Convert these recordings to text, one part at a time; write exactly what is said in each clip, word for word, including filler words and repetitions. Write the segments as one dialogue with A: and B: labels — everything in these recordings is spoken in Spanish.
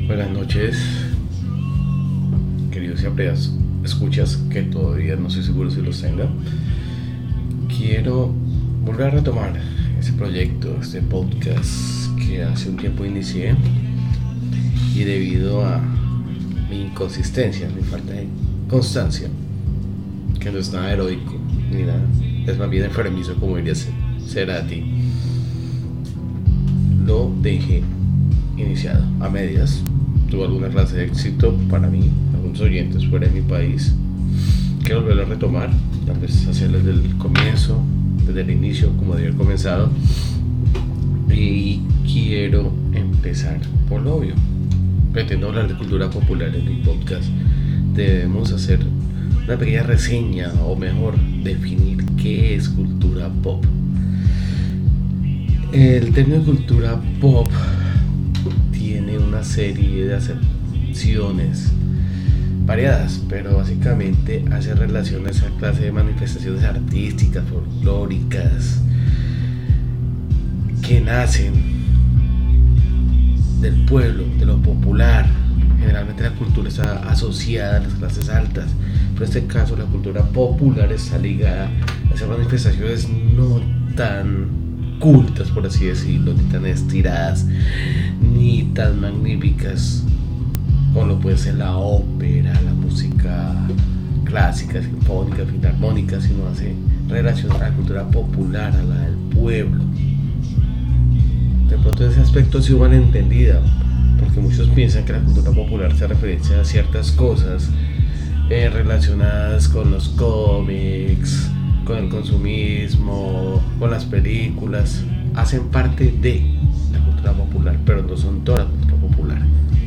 A: Buenas noches, queridos y apreciados escuchas, que todavía no estoy seguro si los tenga. Quiero volver a retomar ese proyecto, este podcast que hace un tiempo inicié, y debido a mi inconsistencia, mi falta de constancia, que no es nada heroico ni nada, es más bien enfermizo, como diría Cerati, lo dejé iniciado a medias. Tuvo alguna clase de éxito para mí, algunos oyentes fuera de mi país. Quiero volverlo a retomar, tal vez hacerlo desde el comienzo, desde el inicio, como debía haber comenzado. Y quiero empezar por lo obvio. Pretendo hablar de cultura popular en mi podcast. Debemos hacer una pequeña reseña, o mejor, definir qué es cultura pop. El término cultura pop tiene una serie de acepciones variadas, pero básicamente hace relación a esa clase de manifestaciones artísticas, folclóricas, que nacen del pueblo, de lo popular. Generalmente la cultura está asociada a las clases altas, pero en este caso la cultura popular está ligada a esas manifestaciones no tan cultas, por así decirlo, ni tan estiradas, ni tan magníficas como lo puede ser la ópera, la música clásica, sinfónica, filarmónica, sino hace relación a la cultura popular, a la del pueblo. De pronto ese aspecto ha sido mal entendida, porque muchos piensan que la cultura popular se refiere a ciertas cosas eh, relacionadas con los cómics, con el consumismo, con las películas. Hacen parte de la cultura popular, pero no son toda la cultura popular.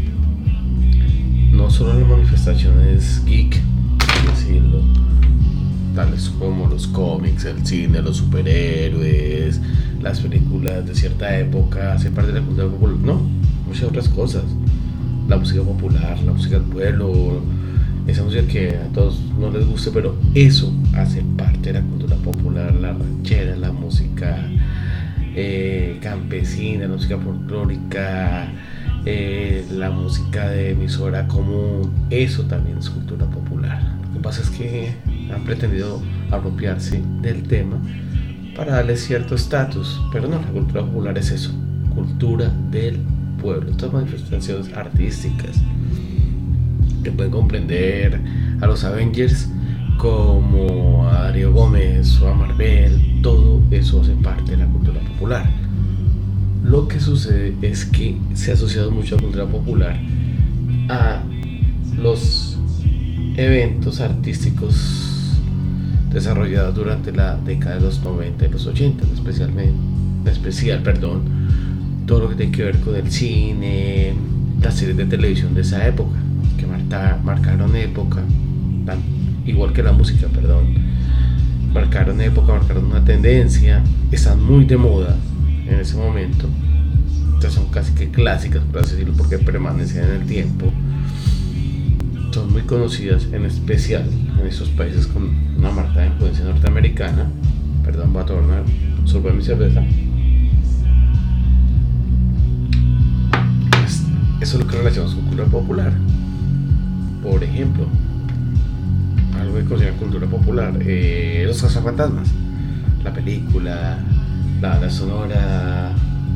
A: No solo las manifestaciones geek, por decirlo, tales como los cómics, el cine, los superhéroes, las películas de cierta época, hacen parte de la cultura popular. No, muchas otras cosas. La música popular, la música del pueblo, esa música que a todos no les guste, pero eso hace parte de la cultura popular. La ranchera, la música eh, campesina, la música folclórica, eh, la música de emisora común, eso también es cultura popular. Lo que pasa es que han pretendido apropiarse del tema para darle cierto estatus, pero no, la cultura popular es eso, cultura del pueblo. Estas manifestaciones artísticas que pueden comprender a los Avengers como a Darío Gómez o a Marvel, todo eso hace parte de la cultura popular. Lo que sucede es que se ha asociado mucho a la cultura popular a los eventos artísticos desarrollados durante la década de los noventa y los ochenta, especialmente, especial, perdón, todo lo que tiene que ver con el cine, las series de televisión de esa época, que marca, marcaron época, tan, igual que la música, perdón, marcaron época, marcaron una tendencia, están muy de moda en ese momento. Estas son casi que clásicas, por así decirlo, porque permanecen en el tiempo. Son muy conocidas, en especial en esos países con una marca de influencia norteamericana. Perdón, voy a tomar un sorbo de mi cerveza. Eso es lo que relacionamos con cultura popular. Por ejemplo, algo que considera cultura popular, eh, los cazafantasmas, la película, la banda sonora,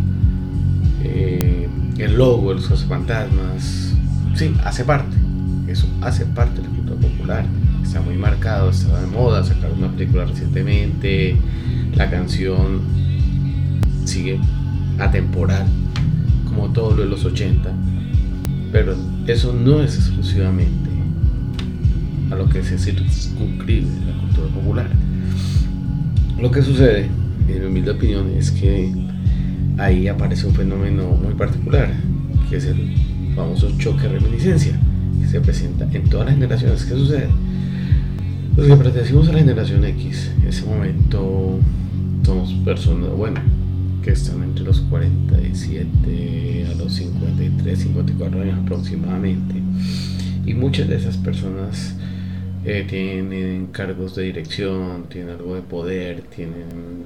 A: eh, el logo de los cazafantasmas, sí, hace parte, eso hace parte de la cultura popular. Está muy marcado, está de moda, sacaron una película recientemente, la canción sigue atemporal, como todo lo de los ochenta, pero eso no es exclusivamente a lo que se circunscribe la cultura popular. Lo que sucede, en mi humilde opinión, es que ahí aparece un fenómeno muy particular, que es el famoso choque de reminiscencia, que se presenta en todas las generaciones. ¿Qué sucede? Los que pertenecimos a la generación X, en ese momento somos personas, bueno, que están entre los cuarenta y siete a los cincuenta y tres, cincuenta y cuatro años aproximadamente, y muchas de esas personas eh, tienen cargos de dirección, tienen algo de poder, tienen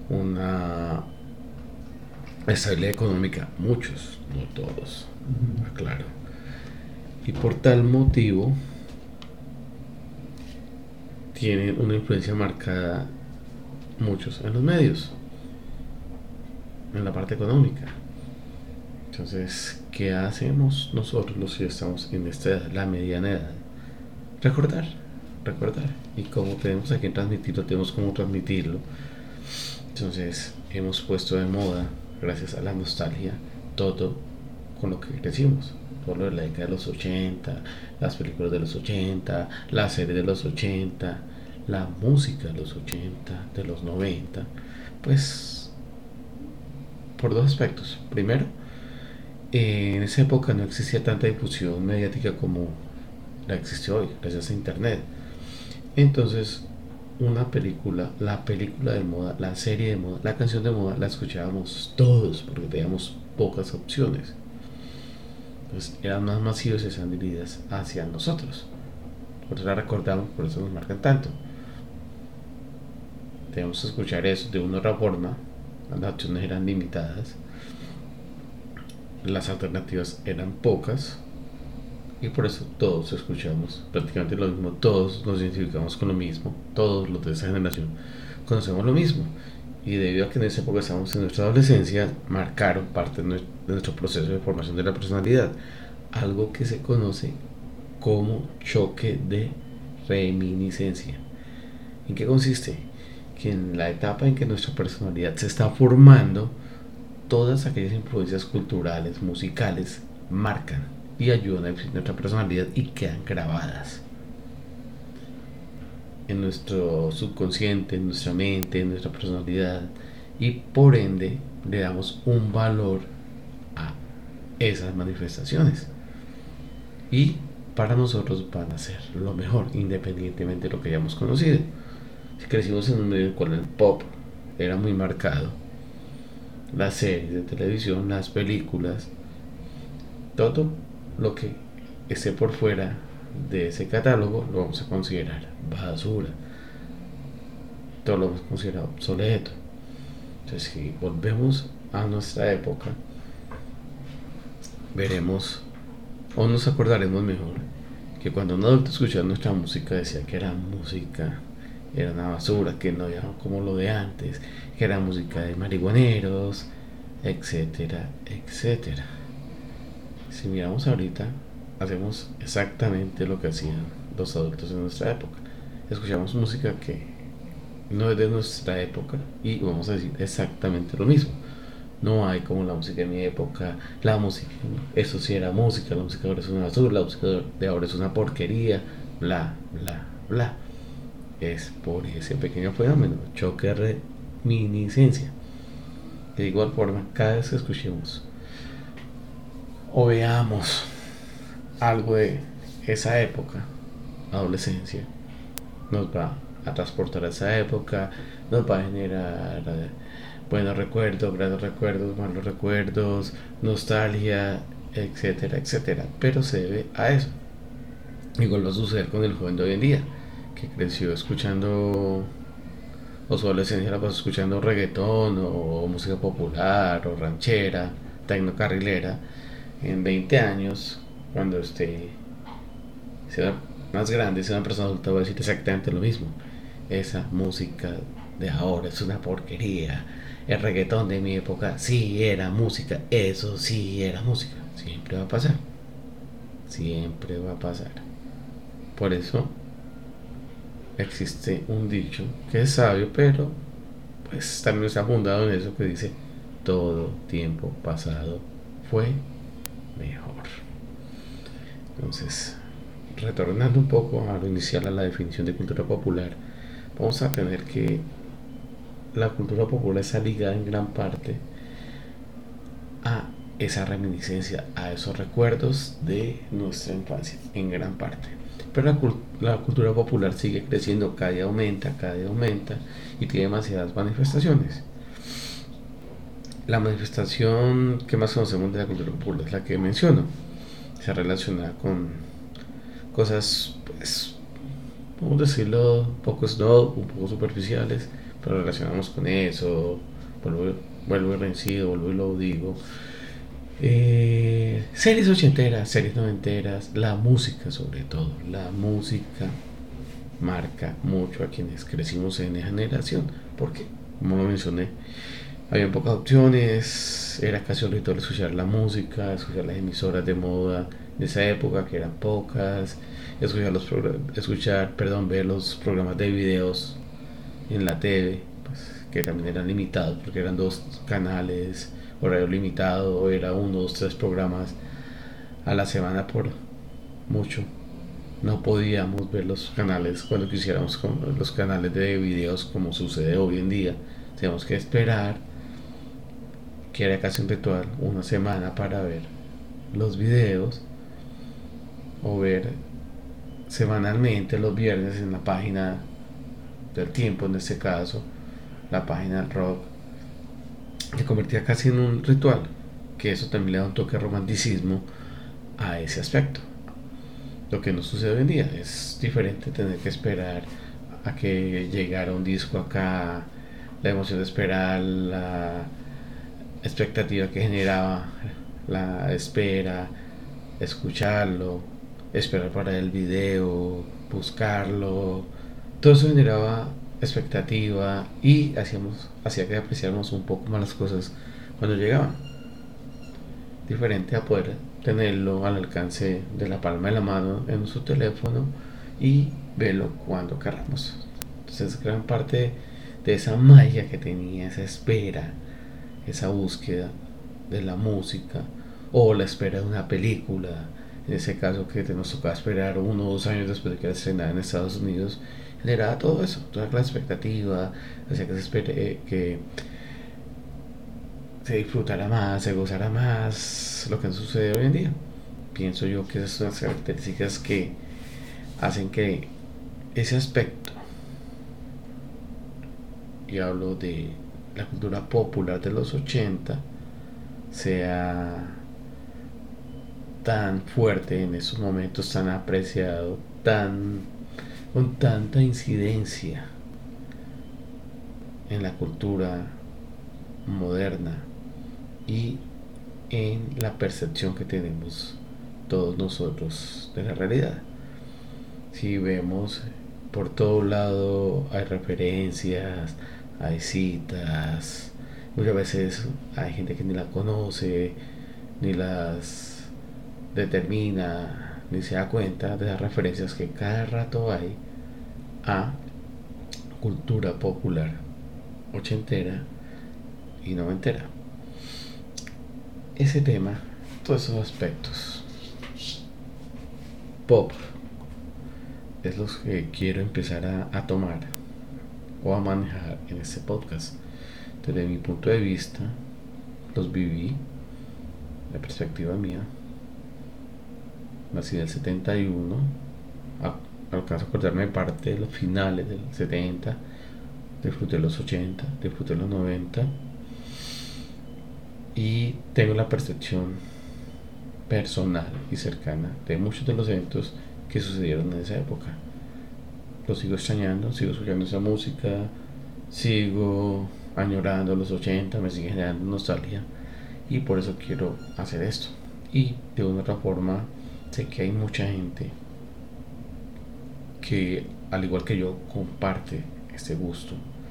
A: una estabilidad económica, muchos, no todos. claro. Y por tal motivo tienen una influencia marcada muchos en los medios, en la parte económica. Entonces, ¿qué hacemos nosotros los que estamos en esta edad, la mediana edad? Recordar, recordar. Y como tenemos a quien transmitirlo, tenemos cómo transmitirlo. Entonces, hemos puesto de moda, gracias a la nostalgia, todo con lo que crecimos. Por lo de la década de los ochenta, las películas de los ochenta, la serie de los ochenta, la música de los ochenta, de los noventa. Pues, por dos aspectos. Primero, eh, en esa época no existía tanta difusión mediática como la existe hoy, gracias a internet. Entonces, una película, la película de moda, la serie de moda, la canción de moda, la escuchábamos todos porque teníamos pocas opciones. Entonces, eran más masivas y están dirigidas hacia nosotros. Nosotros la recordamos, por eso nos marcan tanto. Tenemos que escuchar eso de una otra forma. Las opciones eran limitadas, las alternativas eran pocas, y por eso todos escuchamos prácticamente lo mismo, todos nos identificamos con lo mismo, todos los de esa generación conocemos lo mismo, y debido a que en esa época estábamos en nuestra adolescencia, marcaron parte de nuestro proceso de formación de la personalidad, algo que se conoce como choque de reminiscencia. ¿En qué consiste? Que en la etapa en que nuestra personalidad se está formando, todas aquellas influencias culturales, musicales, marcan y ayudan a definir nuestra personalidad y quedan grabadas en nuestro subconsciente, en nuestra mente, en nuestra personalidad, y por ende le damos un valor a esas manifestaciones, y para nosotros van a ser lo mejor independientemente de lo que hayamos conocido. Si crecimos en un medio en el cual el pop era muy marcado, las series de televisión, las películas, todo lo que esté por fuera de ese catálogo lo vamos a considerar basura, todo lo vamos a considerar obsoleto. Entonces, si volvemos a nuestra época, veremos o nos acordaremos mejor que cuando un adulto escuchaba nuestra música decía que era música, era una basura, que no había como lo de antes, que era música de marihuaneros, etcétera, etcétera. Si miramos ahorita, hacemos exactamente lo que hacían los adultos en nuestra época. Escuchamos música que no es de nuestra época y vamos a decir exactamente lo mismo. No hay como la música de mi época, la música, eso sí era música, la música de ahora es una basura, la música de ahora es una porquería, bla, bla, bla. Es por ese pequeño fenómeno, choque de reminiscencia. De igual forma, cada vez que escuchemos o veamos algo de esa época, adolescencia, nos va a transportar a esa época, nos va a generar buenos recuerdos, grandes recuerdos, malos recuerdos, nostalgia, etcétera, etcétera. Pero se debe a eso. Igual va a suceder con el joven de hoy en día, que creció escuchando, o su adolescencia la pasó escuchando reggaetón o música popular o ranchera, tecno carrilera. En veinte años, cuando esté sea más grande, sea una persona adulta, va a decir exactamente lo mismo. Esa música de ahora es una porquería. El reggaetón de mi época sí era música, eso sí era música. Siempre va a pasar, siempre va a pasar. Por eso existe un dicho que es sabio, pero pues también está fundado en eso que dice: todo tiempo pasado fue mejor. Entonces, retornando un poco a lo inicial, a la definición de cultura popular, vamos a tener que la cultura popular está ligada en gran parte a esa reminiscencia, a esos recuerdos de nuestra infancia, en gran parte. Pero la, la cultura popular sigue creciendo, cada día aumenta, cada día aumenta, y tiene demasiadas manifestaciones. La manifestación que más conocemos de la cultura popular es la que menciono. Se relaciona con cosas, pues, vamos a decirlo, un poco snob, un poco superficiales, pero relacionamos con eso. Vuelvo, vuelvo y reincido, vuelvo y lo digo. Eh, series ochenteras, series noventeras, la música sobre todo. La música marca mucho a quienes crecimos en esa generación. Porque, como lo mencioné, había pocas opciones, era casi un ritual escuchar la música, escuchar las emisoras de moda de esa época, que eran pocas, escuchar, los escuchar perdón, ver los programas de videos en la T V, pues, que también eran limitados, porque eran dos canales, horario limitado, o era uno, dos, tres programas a la semana por mucho. No podíamos ver los canales cuando quisiéramos, los canales de videos como sucede hoy en día. Tenemos que esperar, que era casi un ritual, una semana para ver los videos, o ver semanalmente los viernes en la página del tiempo, en este caso la página del rock, que convertía casi en un ritual, que eso también le da un toque de romanticismo a ese aspecto. Lo que no sucede hoy en día es diferente, tener que esperar a que llegara un disco acá, la emoción de esperar, la expectativa que generaba la espera, escucharlo, esperar para el video, buscarlo. Todo eso generaba expectativa y hacíamos, hacía que apreciáramos un poco más las cosas cuando llegaban. Diferente a poder tenerlo al alcance de la palma de la mano en nuestro teléfono y verlo cuando queramos. Entonces, gran parte de esa magia que tenía, esa espera, esa búsqueda de la música, o la espera de una película, en ese caso que nos tocaba esperar uno o dos años después de que era estrenada en Estados Unidos, generaba todo eso, toda la expectativa, hacía que se espere, eh, que se disfrutara más, se gozara más, lo que sucede hoy en día. Pienso yo que esas son las características que hacen que ese aspecto, y hablo de la cultura popular de los ochenta, sea tan fuerte en esos momentos, tan apreciado, tan con tanta incidencia en la cultura moderna y en la percepción que tenemos todos nosotros de la realidad. Si vemos, por todo lado hay referencias, hay citas, muchas veces hay gente que ni la conoce, ni las determina, ni se da cuenta de las referencias que cada rato hay a cultura popular ochentera y noventera. Ese tema, todos esos aspectos pop, es los que quiero empezar a, a tomar o a manejar en este podcast. Desde mi punto de vista, los viví, la perspectiva mía. Nací en el setenta y uno, alcanzo a acordarme de parte de los finales del setenta, disfruté los ochenta, disfruté los noventa, y tengo la percepción personal y cercana de muchos de los eventos que sucedieron en esa época. Lo sigo extrañando, sigo escuchando esa música, sigo añorando los ochenta, me sigue generando nostalgia, y por eso quiero hacer esto. Y de una u otra forma sé que hay mucha gente que, al igual que yo, comparte este gusto,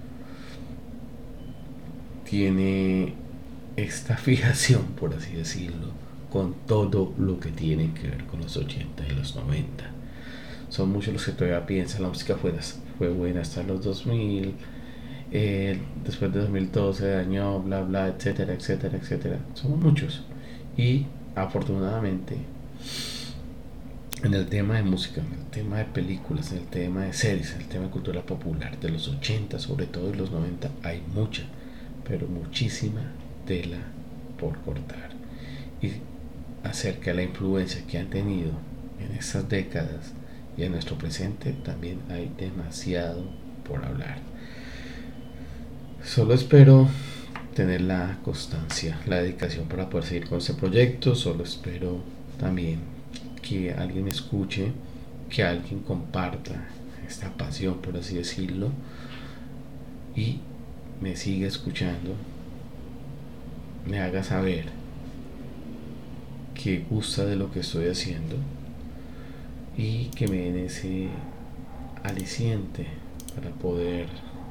A: tiene esta fijación, por así decirlo, con todo lo que tiene que ver con los ochenta y los noventa. Son muchos los que todavía piensan la música fue, fue buena hasta los dos mil, eh, después de dos mil doce dañó, bla bla, etcétera, etcétera, etcétera. Somos muchos, y afortunadamente en el tema de música, en el tema de películas, en el tema de series, en el tema de cultura popular de los ochenta, sobre todo de los noventa, hay mucha, pero muchísima tela por cortar. Y acerca de la influencia que han tenido en esas décadas y en nuestro presente, también hay demasiado por hablar. Solo espero tener la constancia, la dedicación para poder seguir con este proyecto. Solo espero también que alguien escuche, que alguien comparta esta pasión, por así decirlo, y me siga escuchando, me haga saber que gusta de lo que estoy haciendo y que me den ese aliciente para poder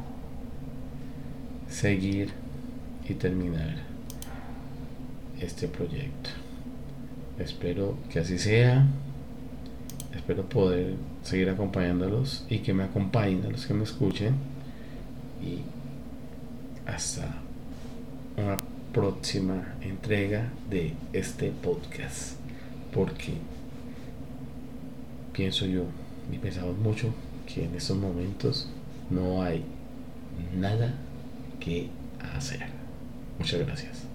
A: seguir y terminar este proyecto. Espero que así sea. Espero poder seguir acompañándolos y que me acompañen a los que me escuchen. Y hasta una próxima entrega de este podcast. Porque pienso yo y pensamos mucho que en estos momentos no hay nada que hacer. Muchas gracias.